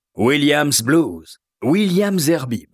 Williams Blues, William Zerbib.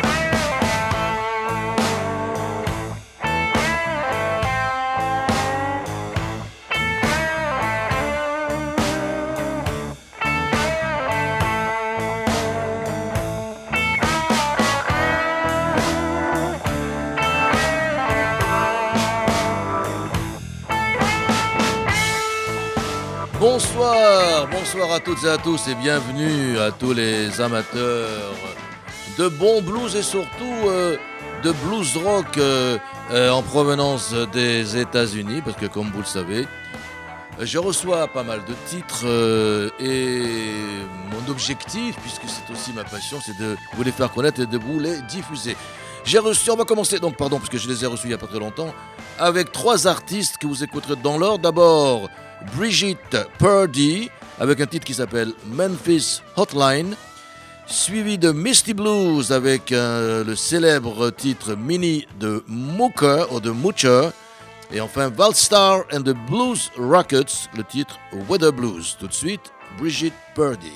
Bonsoir à toutes et à tous et bienvenue à tous les amateurs de bon blues et surtout de blues rock en provenance des États-Unis, parce que comme vous le savez, je reçois pas mal de titres et mon objectif, puisque c'est aussi ma passion, c'est de vous les faire connaître et de vous les diffuser. On va commencer donc, parce que je les ai reçus il n'y a pas très longtemps, avec 3 artistes que vous écouterez dans l'ordre. D'abord, Brigitte Purdy, avec un titre qui s'appelle Memphis Hotline, suivi de Misty Blues avec le célèbre titre Mini de Moocher, et enfin Valstar and the Blues Rockets, le titre Weather Blues. Tout de suite, Brigitte Purdy.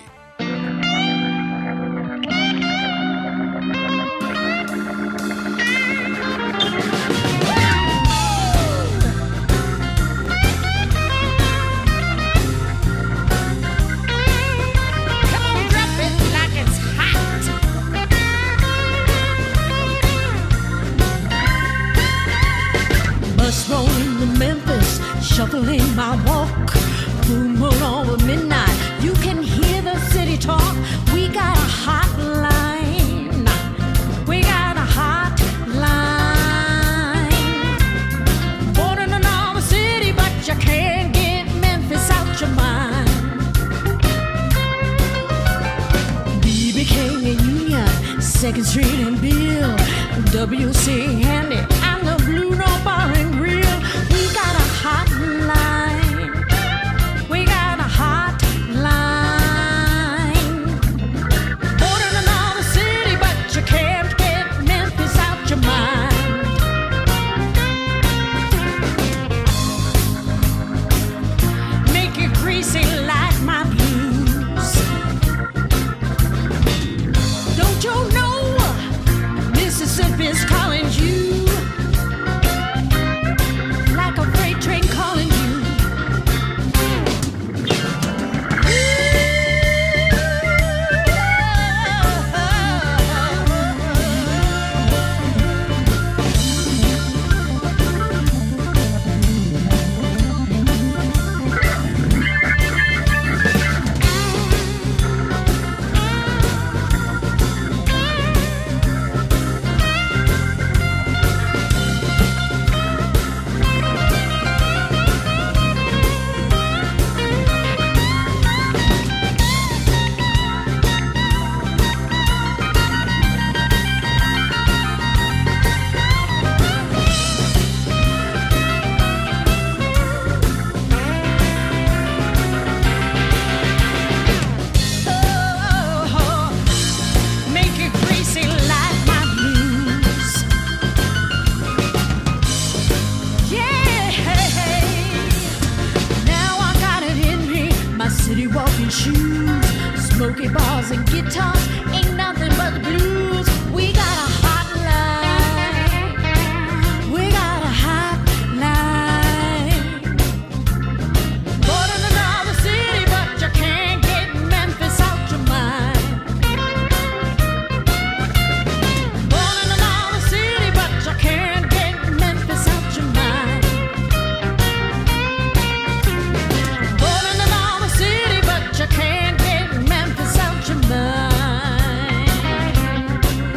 Shuffling my walk, boom over midnight. You can hear the city talk. We got a hotline. We got a hotline. Born in another city, but you can't get Memphis out your mind. B.B. King and Union, 2nd Street and Bill, W.C. Handy, and the Blue Note Bar and Grill. We got a hotline. We got a hotline. Born in another city, but you can't get Memphis out your mind. Make it greasy like my blues. Don't you know Mississippi's calling you? Train calling you. Smoky bars and guitars ain't nothing but the blues. We got a hotline. We got a hotline. Born in another city, but you can't get Memphis out your mind. Born in another city, but you can't get Memphis out your mind. Born in another city, but you can't get Memphis out your mind.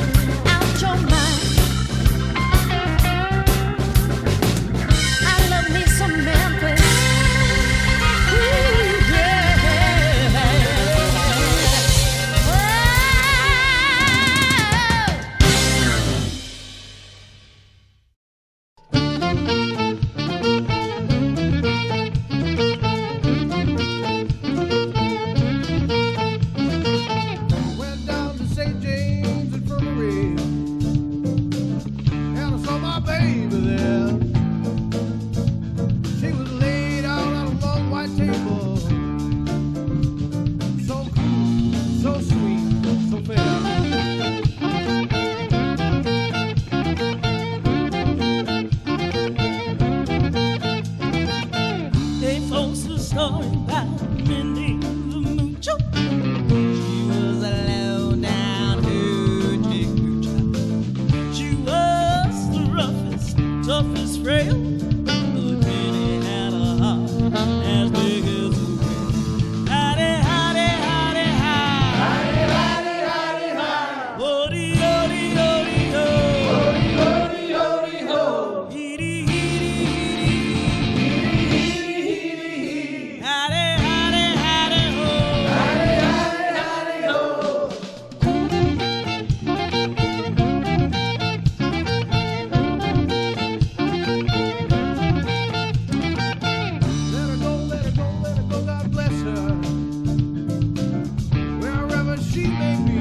she may be.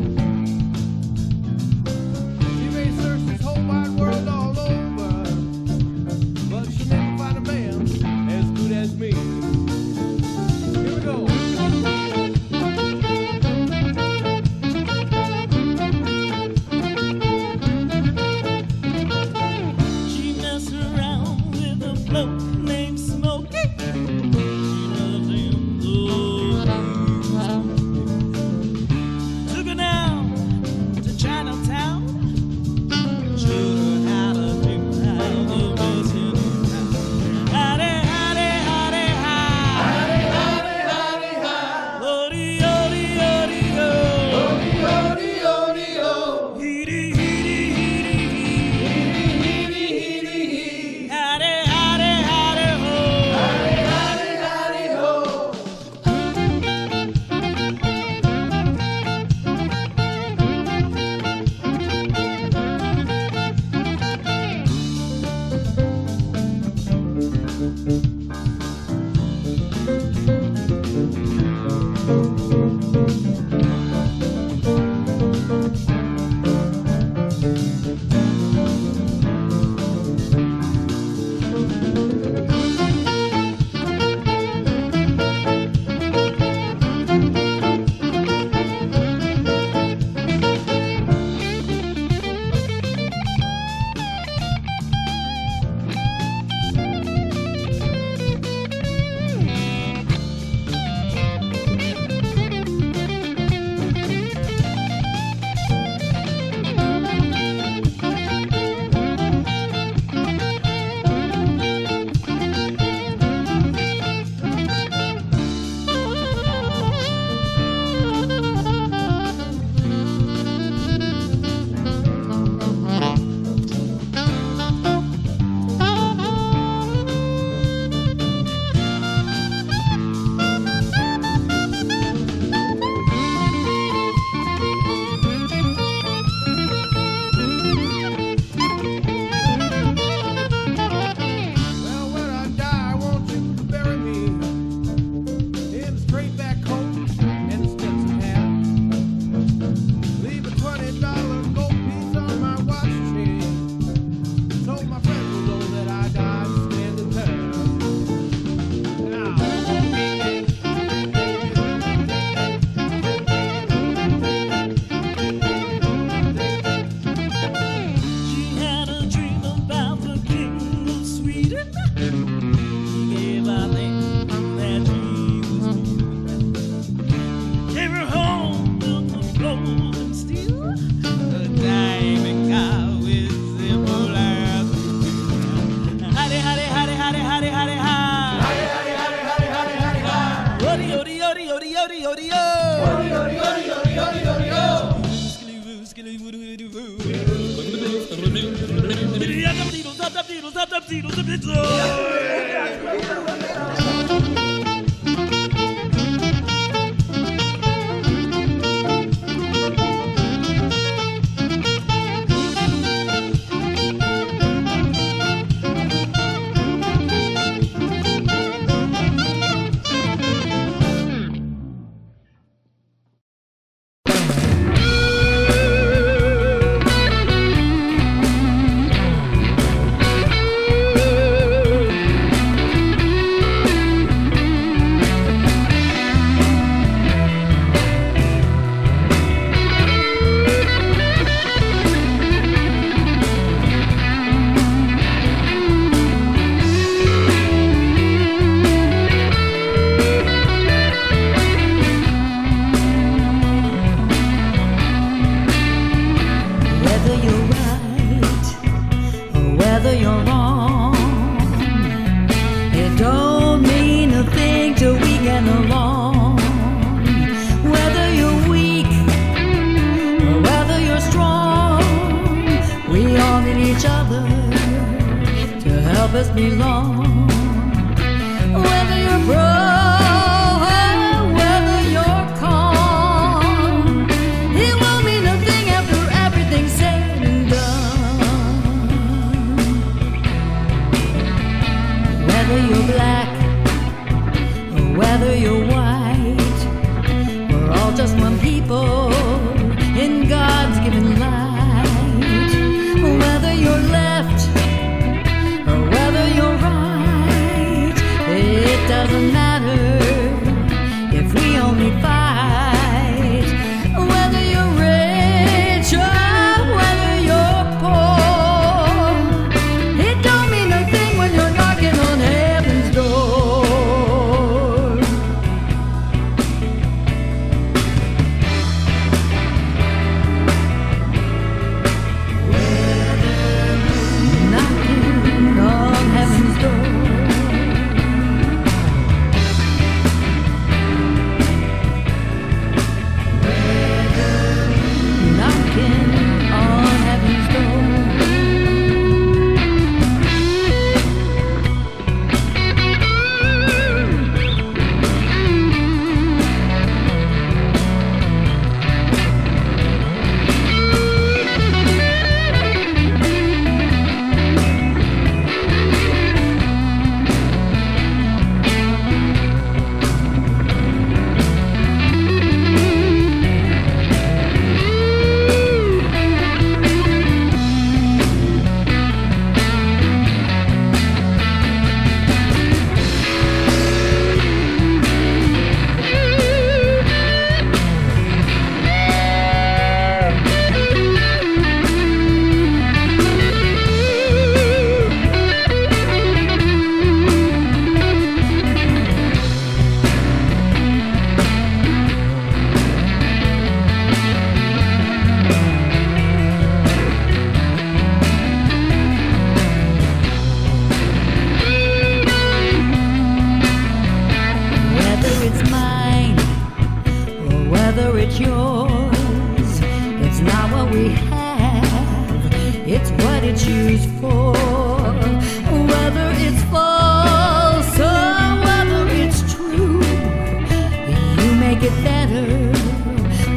She may search this whole wide world all over, but she'll never find a man as good as me. Here we go. She messed around with a bloke named Smokey. She loved him, oh, took her down to Chinatown. Showed her how to drink out the best in town. Howdy, howdy, howdy, hi. Howdy, howdy, howdy, hi. Lordy, yody, yody, yo. Lordy, yody, yody, yo. Heedy, heedy, heedy, hee. Heedy, heedy, heedy, hee. Howdy, howdy, howdy, ho. Howdy, howdy, howdy, ho. Well, when I die, I want you to bury me in a straight back coat and a Stetson hat. Leave a $20 gold piece on my watch chain, so my friends will know that I died standing there. She had a dream about the king of Sweden. She gave out that she was feeling. Came her home built of gold and steel, a diamond car with simple eyes. Howdy, howdy, howdy, howdy, howdy, howdy, hi. Howdy, howdy, howdy, howdy, howdy, howdy, hi. Yodi, yodi, yodi, yodi, yodi, yodi, yo. Yodi, yodi, yodi, yodi, yodi, yodi, yo. Skilly-woo, skilly-woo-doo-doo-woo. Beedle-yap-dap-deedle, zap-dap-deedle, zap-dap-deedle, zap-dap-deedle. help us belong. Whether you're broke, whether you're calm, it won't mean a thing after everything's said and done. Whether you're black or whether you're white, we're all just one people.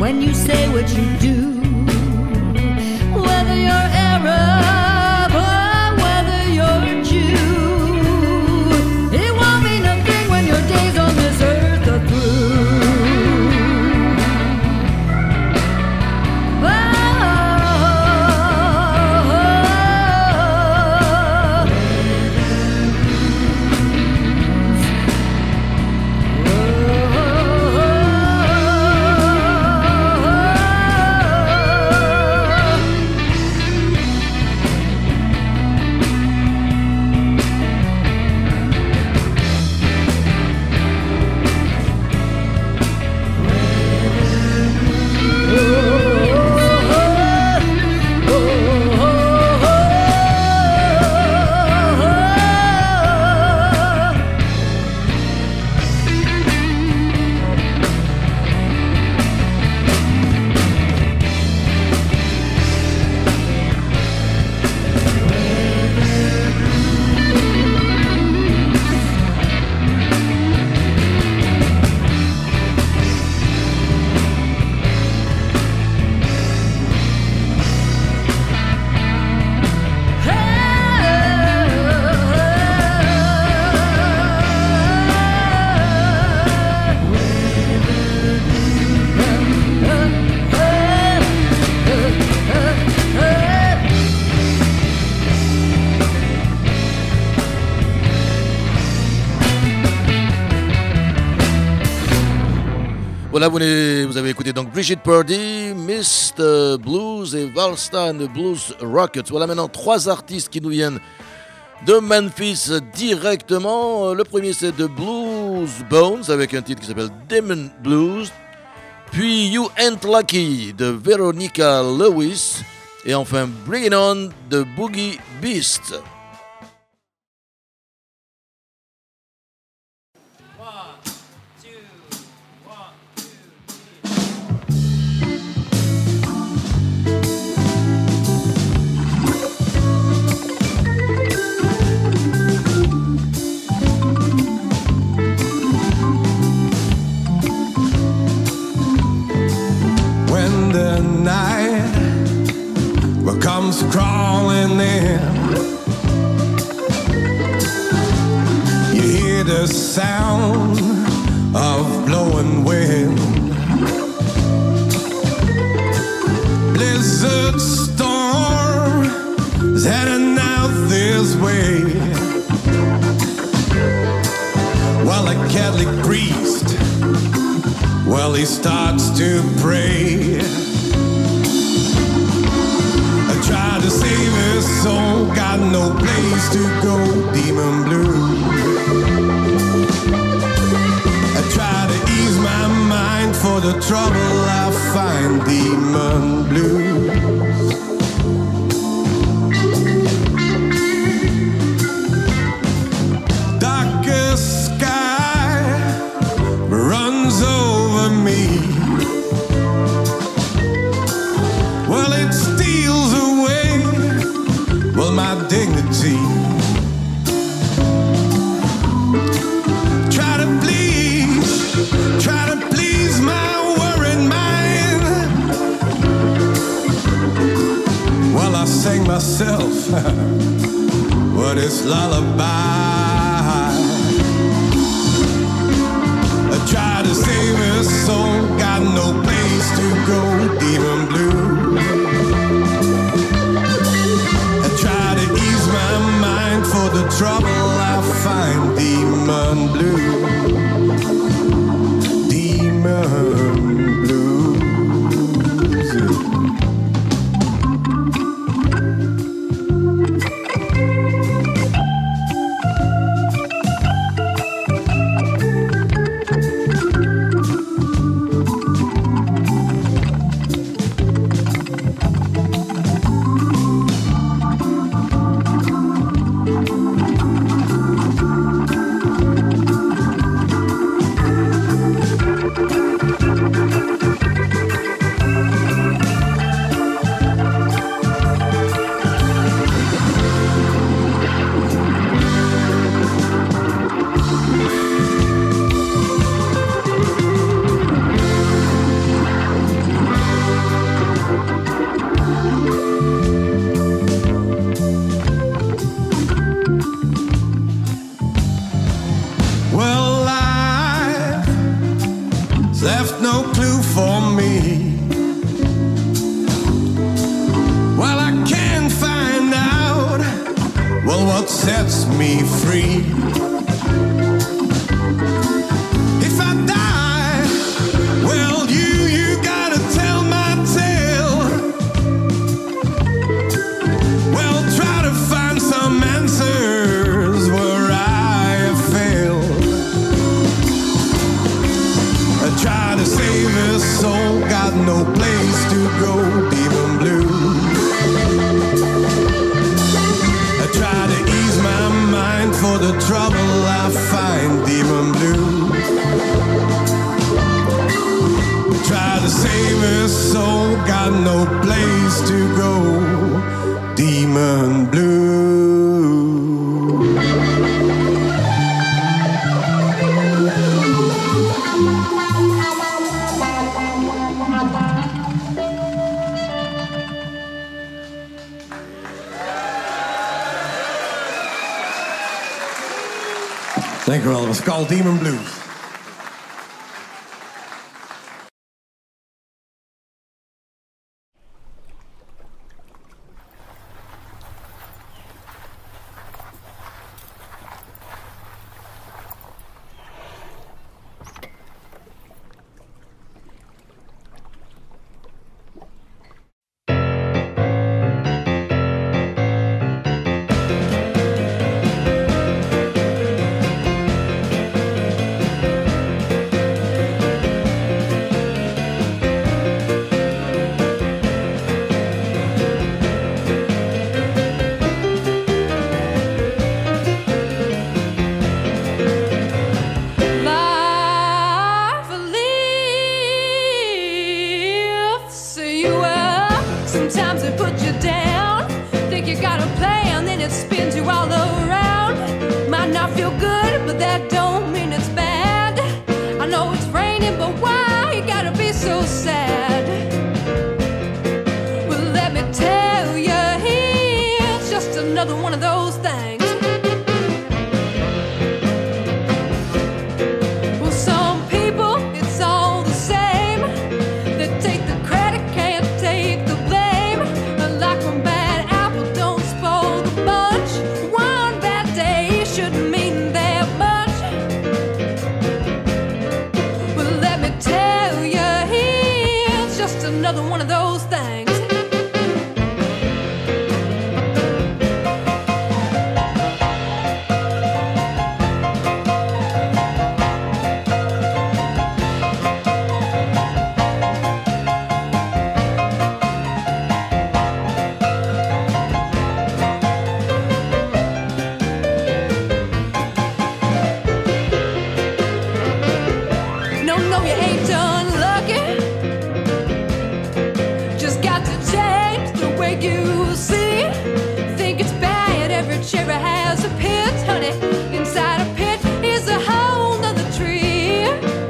when you say what you do. Whether you're Arab or whether you're Jew, it won't mean a thing when your days on this earth are through. Voilà, vous avez écouté donc Bridget Purdy, Mr. Blues et Valsta and the Blues Rockets. Voilà maintenant 3 artistes qui nous viennent de Memphis directement. Le premier c'est The Blues Bones avec un titre qui s'appelle Demon Blues. Puis You Ain't Lucky de Veronica Lewis. Et enfin Bring It On de Boogie Beast. The night comes crawling in, you hear the sound of blowing wind, blizzard storm is heading out this way. While a Catholic priest, well, he starts to pray. I try to save his soul, got no place to go, demon blue. I try to ease my mind for the trouble I find, demon blues. Darkest sky runs over me. Well, it steals away, well, my dignity. Try to please my worried mind. Well, I sang myself what is lullaby. I try to save his soul, got no place to go, demon blue. I try to ease my mind for the trouble I find, demon blue. Demon blues. me free. If I die, well, you gotta tell my tale. Well, try to find some answers where I have failed. I try to save his soul, got no place to go, demon blue. I try to ease my mind for the trouble I find, demon blue. I try to save his soul, got no place to go, demon blue. Thank you, all. It's called Demon Blues. Sometimes it puts you down. Think you got a plan, then it spins you all around. Might not feel good, but that don't mean it's bad. I know it's raining, but why you gotta be so sad? Well, let me tell you, it's just another one of those things. Well, some people, it's all the same. They take the credit, can't take the blame. Like one bad apple, don't spoil the bunch. One bad day shouldn't mean that much. Well, let me tell you, it's just another one of those things. No, you ain't done lucky. Just got to change the way you see. Think it's bad, every cherry has a pit, honey. Inside a pit is a whole nother tree.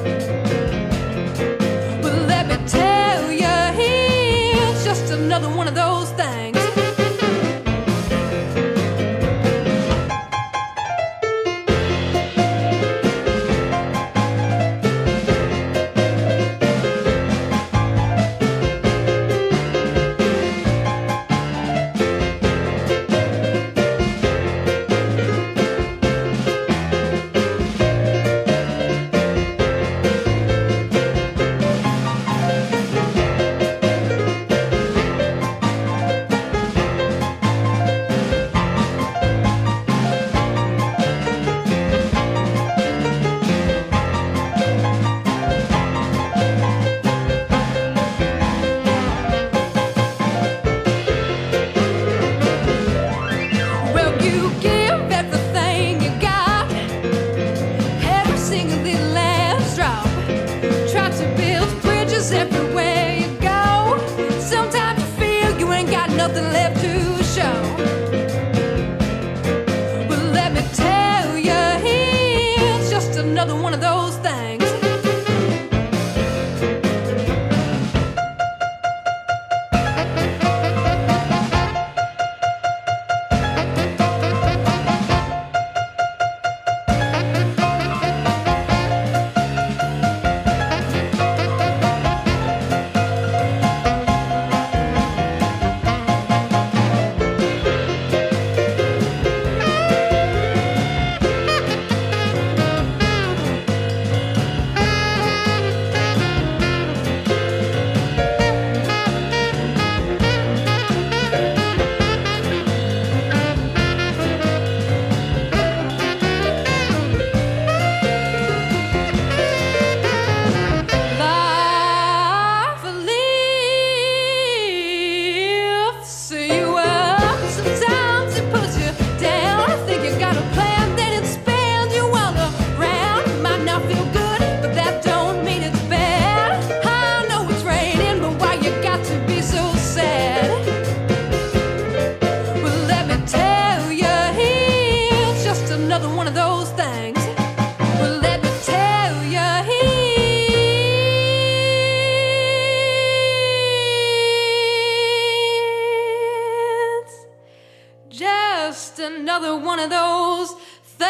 But let me tell you, it's just another one of those things. just another one of those things.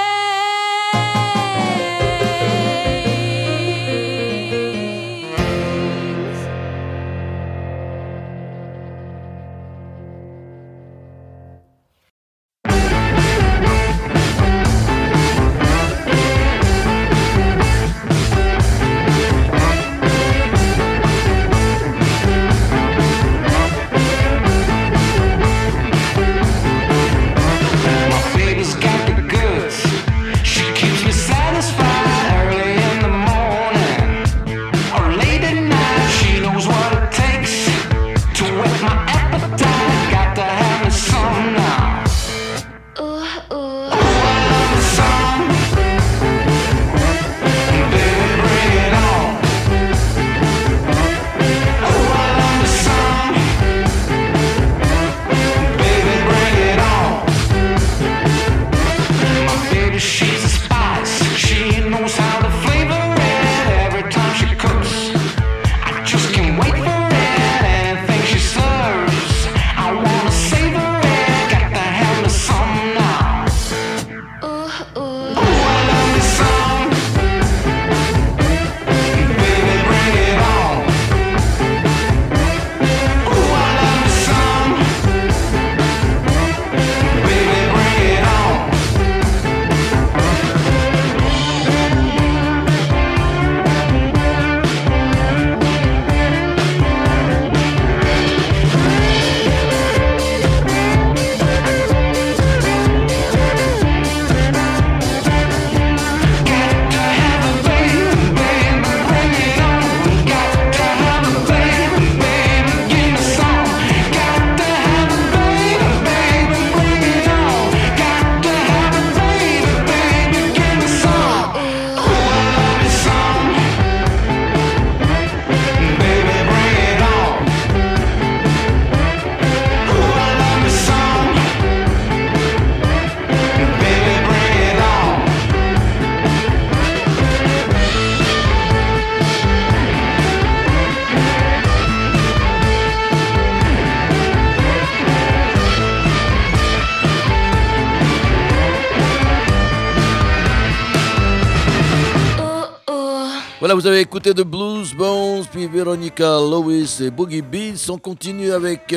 Voilà, vous avez écouté The Blues Bones, puis Veronica Lewis et Boogie Beats. On continue avec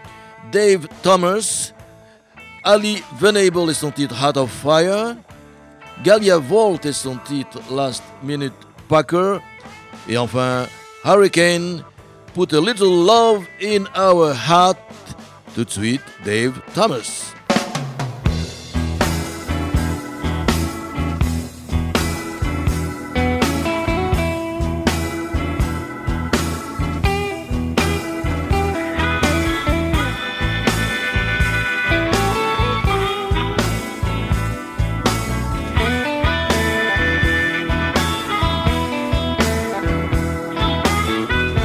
Dave Thomas, Ali Venable et son titre Heart of Fire, Galia Volt et son titre Last Minute Packer, et enfin Hurricane, Put a Little Love in Our Heart. Tout de suite, Dave Thomas.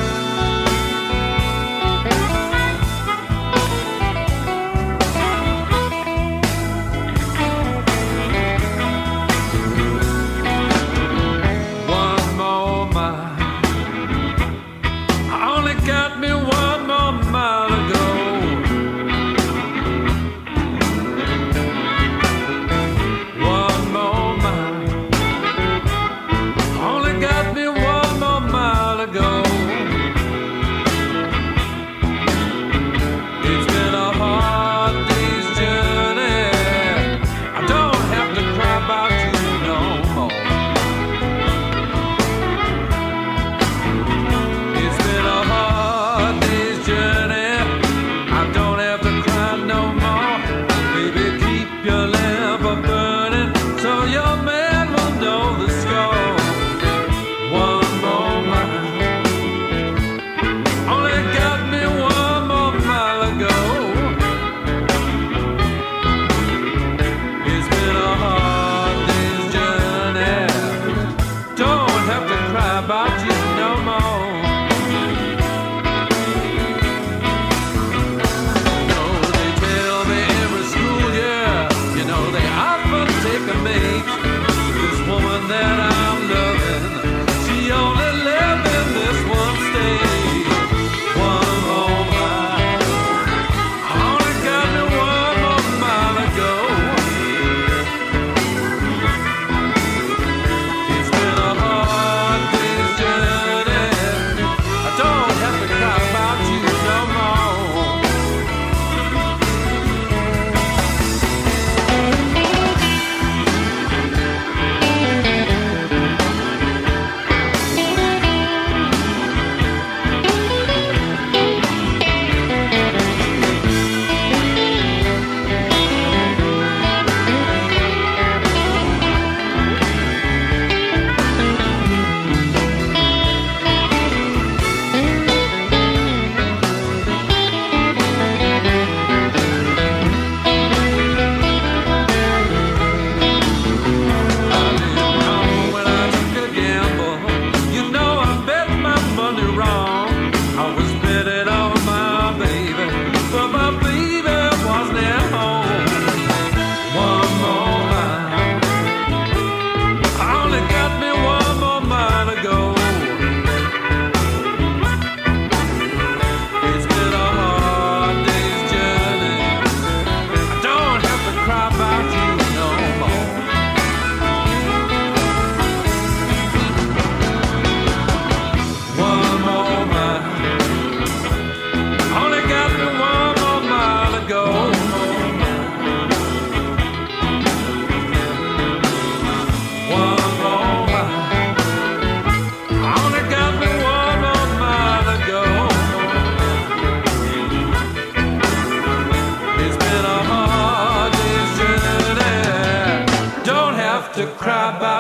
Thank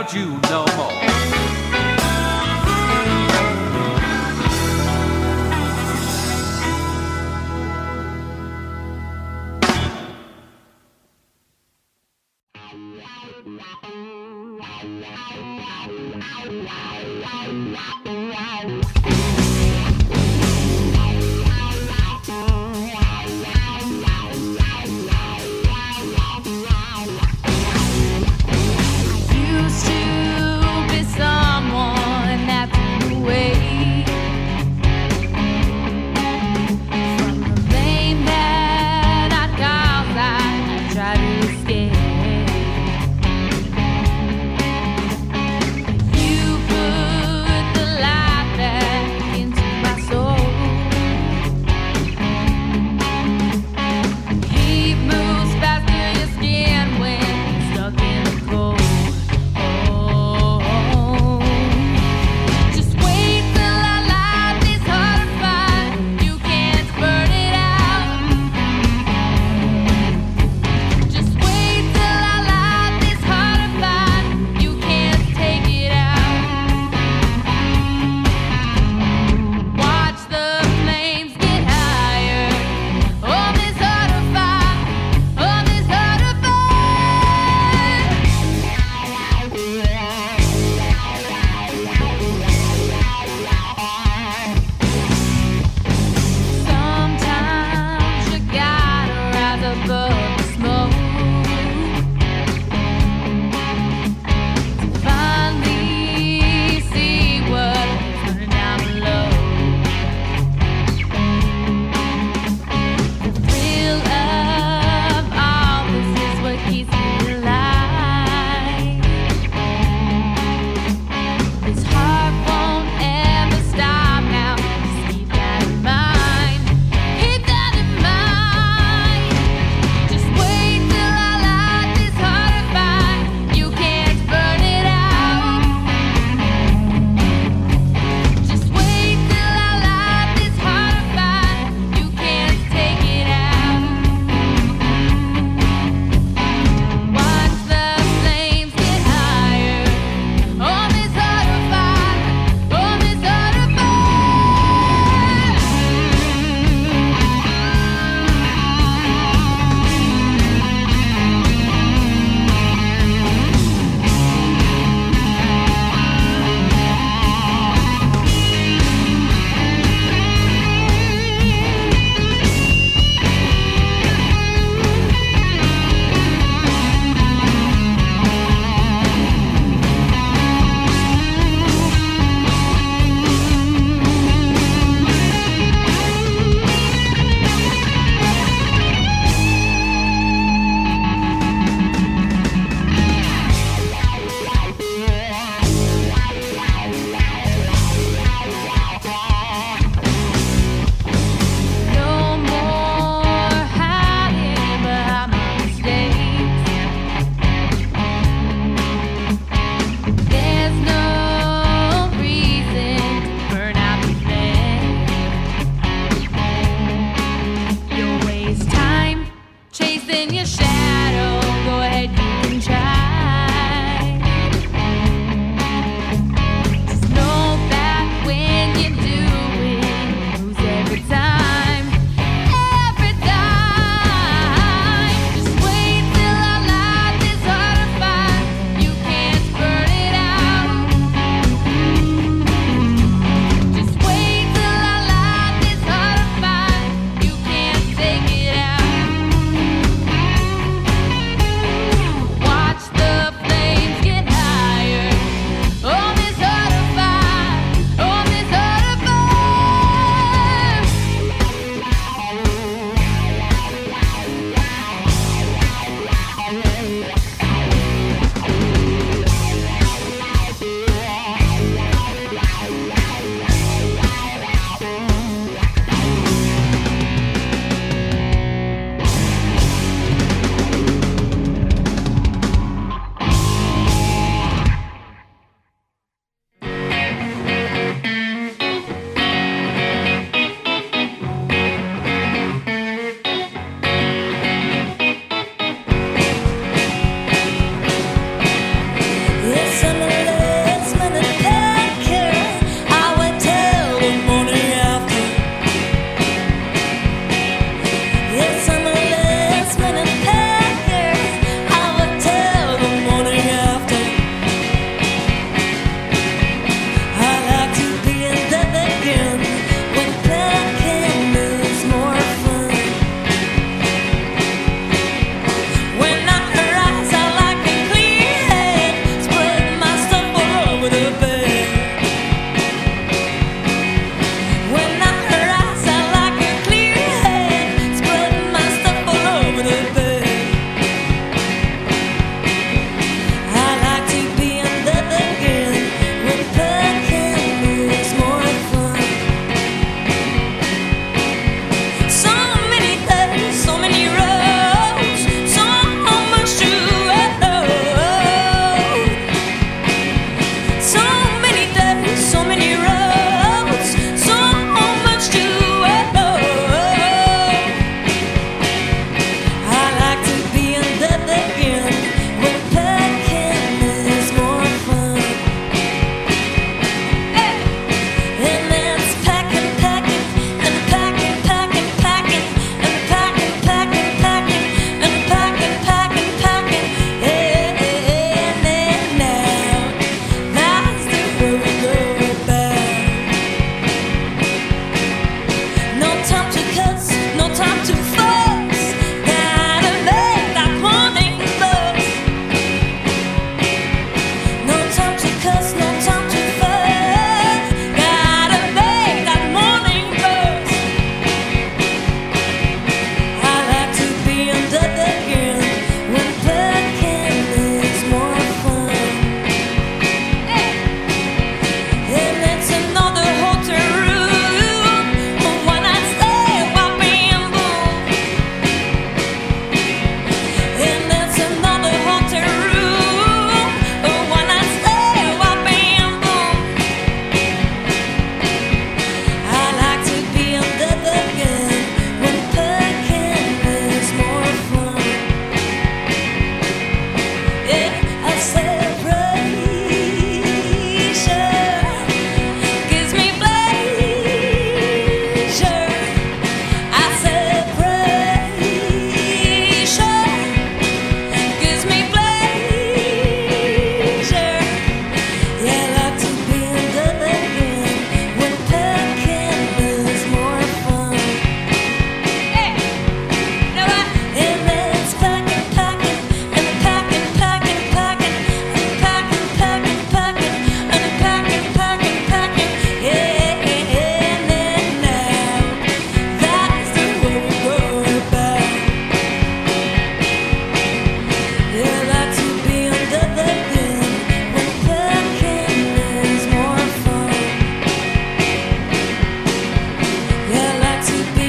without you no more. Used to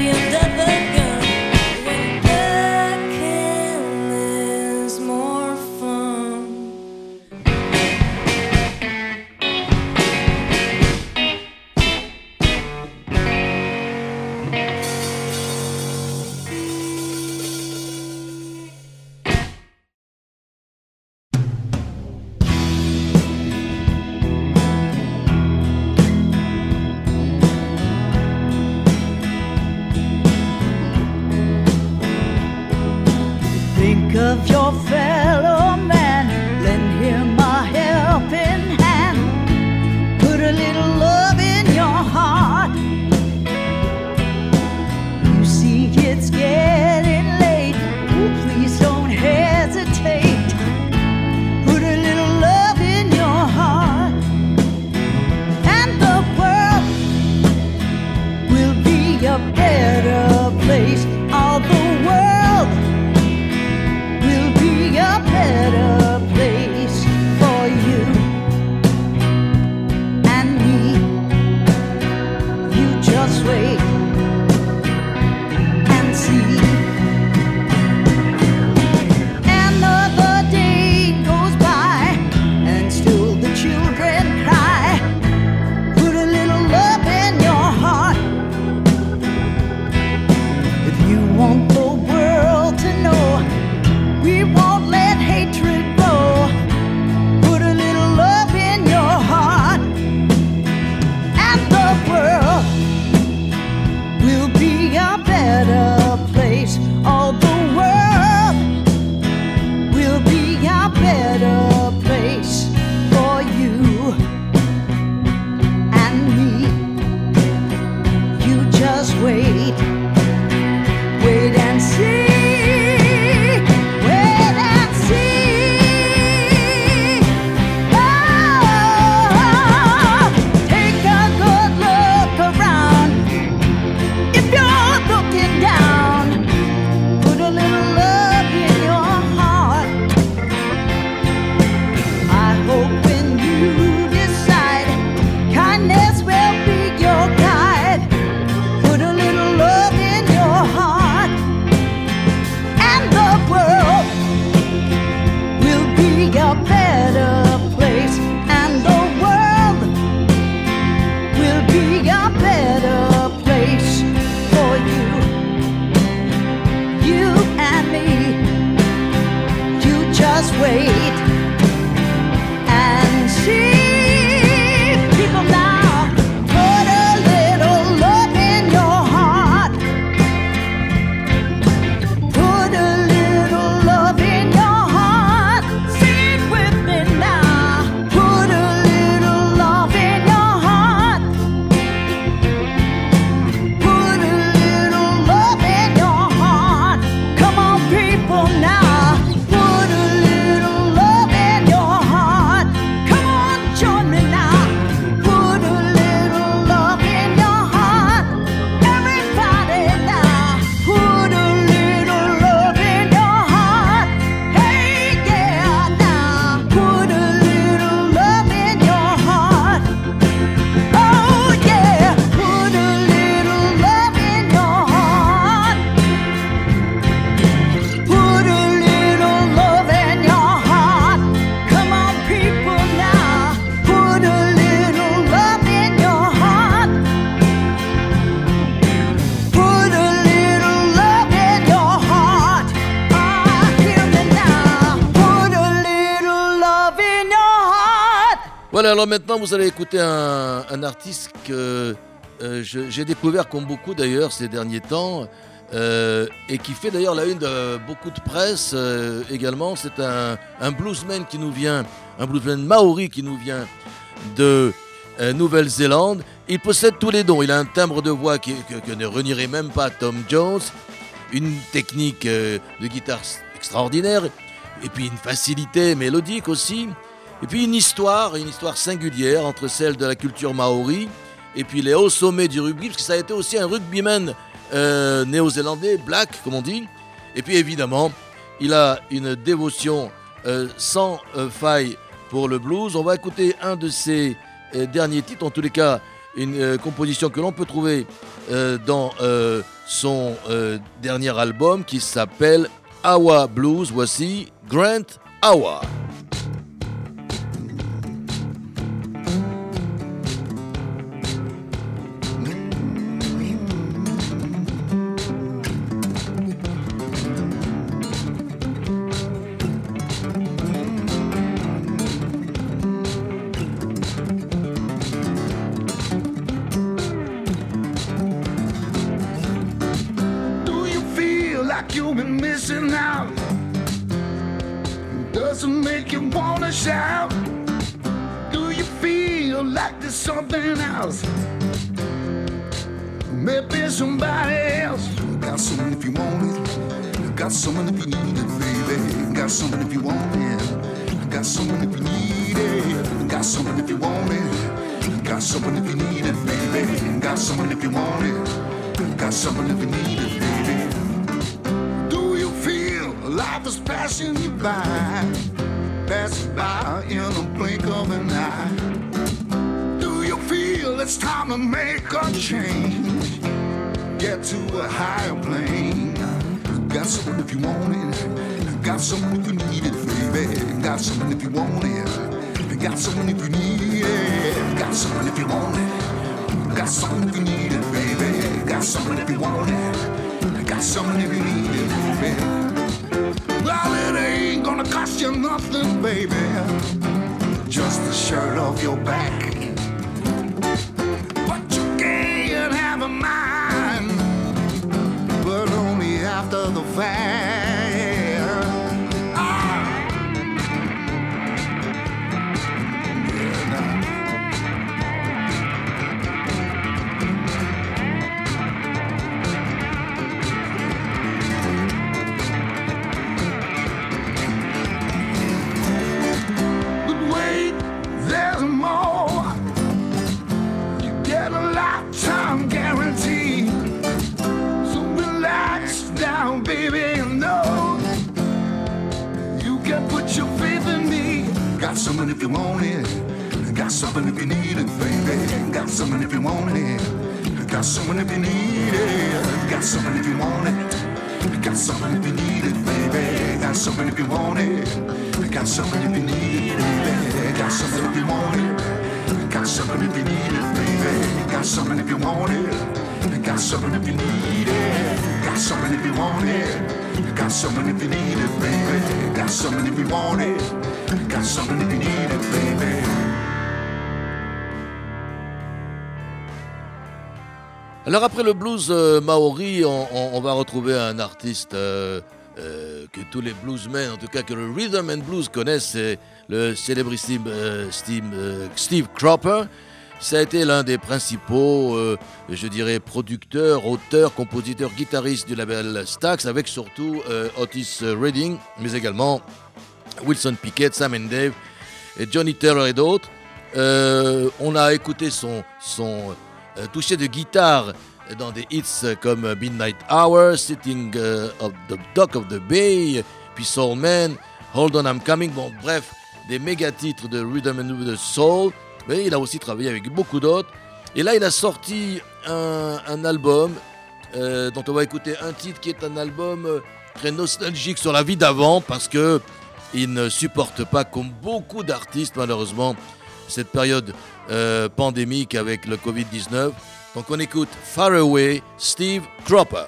Think of your fellow man, lend him a helping hand, put a little love in your heart. You see it's getting late, oh please don't hesitate, put a little love in your heart, and the world will be a better place. All the world will be a better place for you and me. You just wait and see. Another day goes by and still the children cry. Put a little love in your heart. If you want the world to know we won't let hatred grow, put a little love in your heart, and the world will be a better place. All the world will be a better place for you and me. You just wait, wait and see. Wait and see. People now, put a little love in your heart. Put a little love in your heart. Sing with me now. Put a little love in your heart. Put a little love in your heart. Come on, people now. Voilà, alors maintenant vous allez écouter un artiste que j'ai découvert comme beaucoup d'ailleurs ces derniers temps et qui fait d'ailleurs la une de beaucoup de presse également. C'est un bluesman qui nous vient, un bluesman maori qui nous vient de Nouvelle-Zélande. Il possède tous les dons, il a un timbre de voix que ne renierait même pas Tom Jones, une technique de guitare extraordinaire et puis une facilité mélodique aussi. Et puis une histoire singulière entre celle de la culture maori et puis les hauts sommets du rugby, parce que ça a été aussi un rugbyman néo-zélandais, black comme on dit. Et puis évidemment, il a une dévotion sans faille pour le blues. On va écouter un de ses derniers titres, en tous les cas une composition que l'on peut trouver dans son dernier album qui s'appelle Awa Blues. Voici Grant Awa. You've been missing out. Doesn't make you wanna shout. Do you feel like there's something else? Maybe somebody else. Got someone if you want it. Got someone if you need it, baby. Got someone if you want it. Got someone if you need it. Got someone if you want it. Got someone if you need it, baby. Got someone if you want it. Got someone if you need it, baby. Life is passing you by, passing by in a blink of an eye. Do you feel it's time to make a change? Get to a higher plane. Got someone if you want it. Got someone if you need it, baby. Got someone if you want it. Got someone if you need it. Got someone if you want it. Got someone if you need it, baby. Got someone if you want it. Got someone if you need it, baby. Well, it ain't gonna cost you nothing, baby. Just the shirt off your back. But you can't have a mind, but only after the fact. Got someone if you want it. Got someone if you need it, baby. Got someone if you want it. Got someone if you need it. Got someone if you want it. Got someone if you need it, baby. Got someone if you want it. Got someone if you need it, baby. Got someone if you want it. Got someone if you need it, baby. Got someone if you want it. Got someone if you need it. Got someone if you want it. Got someone if you need it, baby. Got someone if you want it. Got someone if you need it, baby. Alors après le blues maori, on va retrouver un artiste que tous les bluesmen, en tout cas que le rhythm and blues connaissent, c'est le célébrissime Steve Cropper. Ça a été l'un des principaux, je dirais, producteurs, auteurs, compositeurs, guitaristes du label Stax, avec surtout Otis Redding, mais également Wilson Pickett, Sam and Dave, et Johnny Taylor et d'autres. On a écouté son toucher de guitare dans des hits comme Midnight Hour, Sitting of the Dock of the Bay, puis Soul Man, Hold On I'm Coming, bon bref, des méga titres de rhythm and de soul, mais il a aussi travaillé avec beaucoup d'autres. Et là il a sorti un album dont on va écouter un titre qui est un album très nostalgique sur la vie d'avant, parce que il ne supporte pas, comme beaucoup d'artistes malheureusement, cette période pandémique avec le Covid-19. Donc on écoute Far Away, Steve Cropper.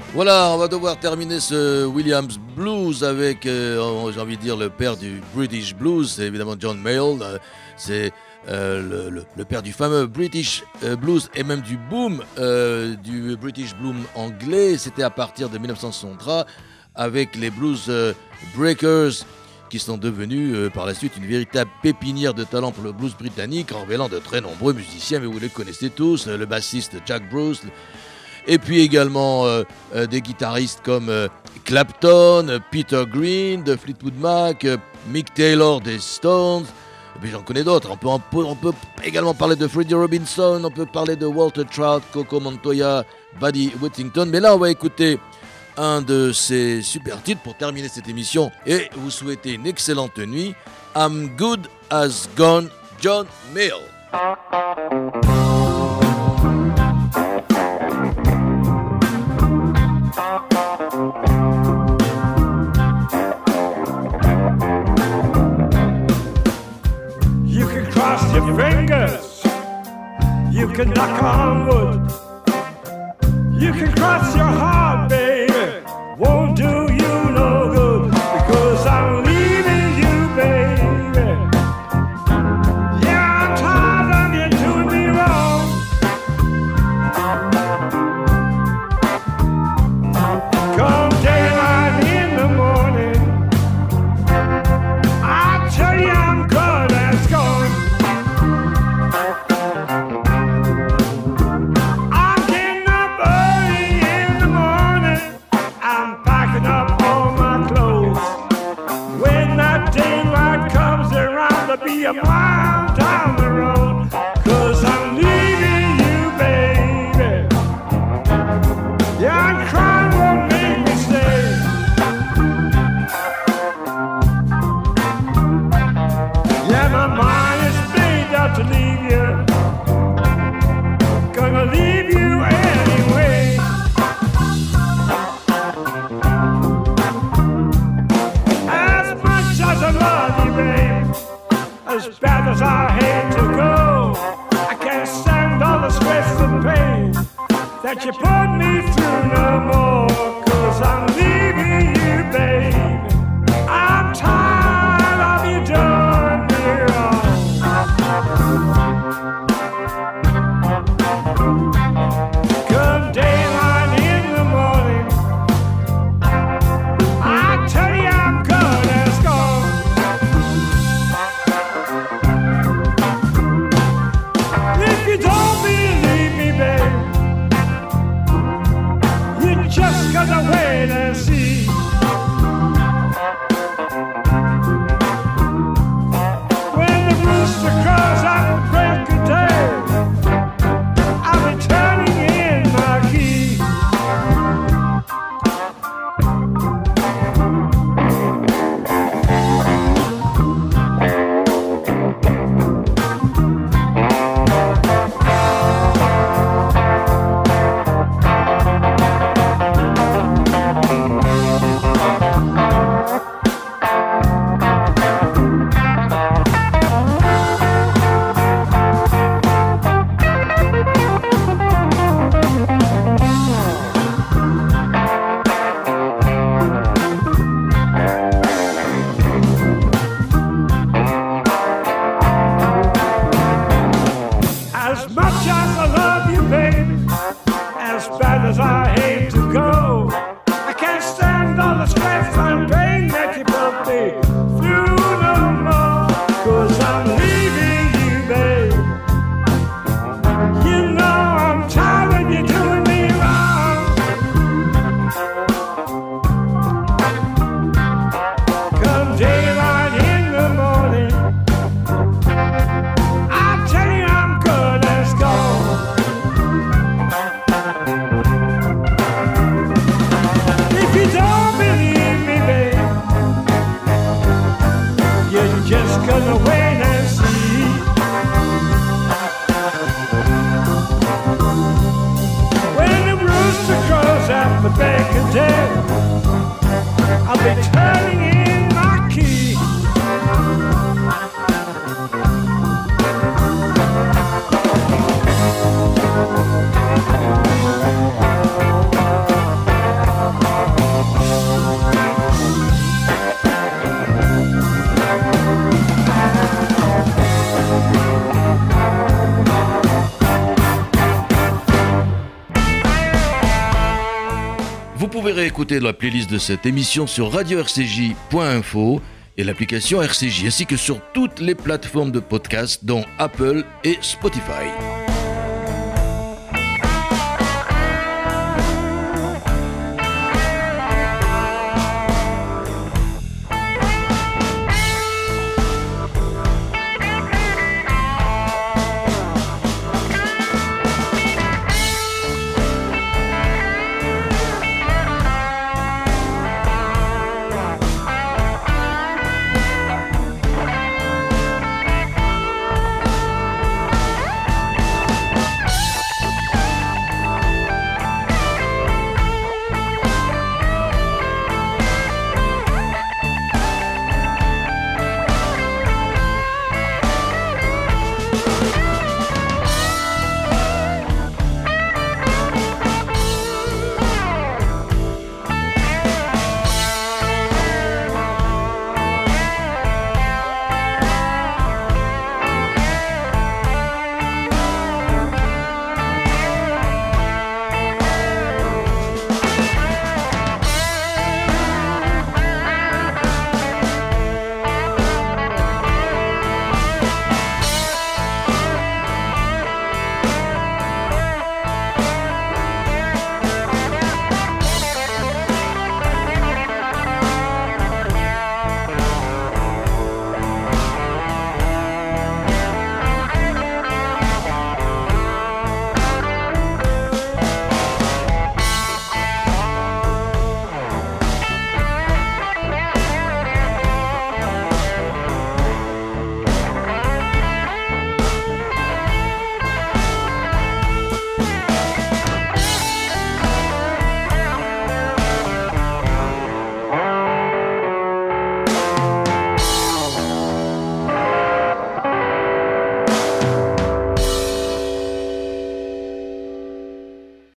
Voilà, on va devoir terminer ce Williams Blues avec, j'ai envie de dire, le père du British Blues, c'est évidemment John Mayall, c'est le père du fameux British Blues et même du boom, du British Boom anglais. C'était à partir de 1963 avec les Blues Breakers qui sont devenus par la suite une véritable pépinière de talent pour le blues britannique, en révélant de très nombreux musiciens, mais vous les connaissez tous, le bassiste Jack Bruce, et puis également des guitaristes comme Clapton, Peter Green de Fleetwood Mac, Mick Taylor des Stones, et puis j'en connais d'autres. On peut également parler de Freddie Robinson, on peut parler de Walter Trout, Coco Montoya, Buddy Whittington, mais là on va écouter un de ces super titres pour terminer cette émission et vous souhaiter une excellente nuit. I'm Good As Gone, John Mayall. You can cross your fingers, you can knock on wood, you can cross your heart, baby, won't do you no good, because I'm leaving you, baby. Yeah, I'm tired of you doing me wrong. Come daylight in the morning, I tell you I'm good as gone. I'm getting up early in the morning, I'm packing up all my clothes. When that daylight comes around, I'll be a mile down the road, 'cause I'm leaving you, baby. Yeah, I'm crying won't make me stay. Yeah, my mind is made up to leave you. Gonna leave you anyway. As much as I love you, babe, as bad as I hate to go, I can't stand all the stress and pain that you put me through no more, 'cause I'm leaving you, babe. I'm tired of you doing me wrong. Come daylight in the morning, I tell you I'm good as gone. If you don't believe me, babe, you just gotta wait and see. When the rooster crows at the break of day, I'll be turning in my key. As much as I love you, babe, as bad as I hate to go, I can't stand all the stress and pain that you put me through no more, 'cause I'm leaving you, babe. You know I'm tired of you doing me wrong. Come daylight in the morning, I tell you I'm good as gone. If you don't believe me, babe, you're just gonna wait and see. When the rooster crows at the break of day, I'll be turning in my key. pouvez réécouter la playlist de cette émission sur radio-rcj.info et l'application RCJ, ainsi que sur toutes les plateformes de podcast dont Apple et Spotify.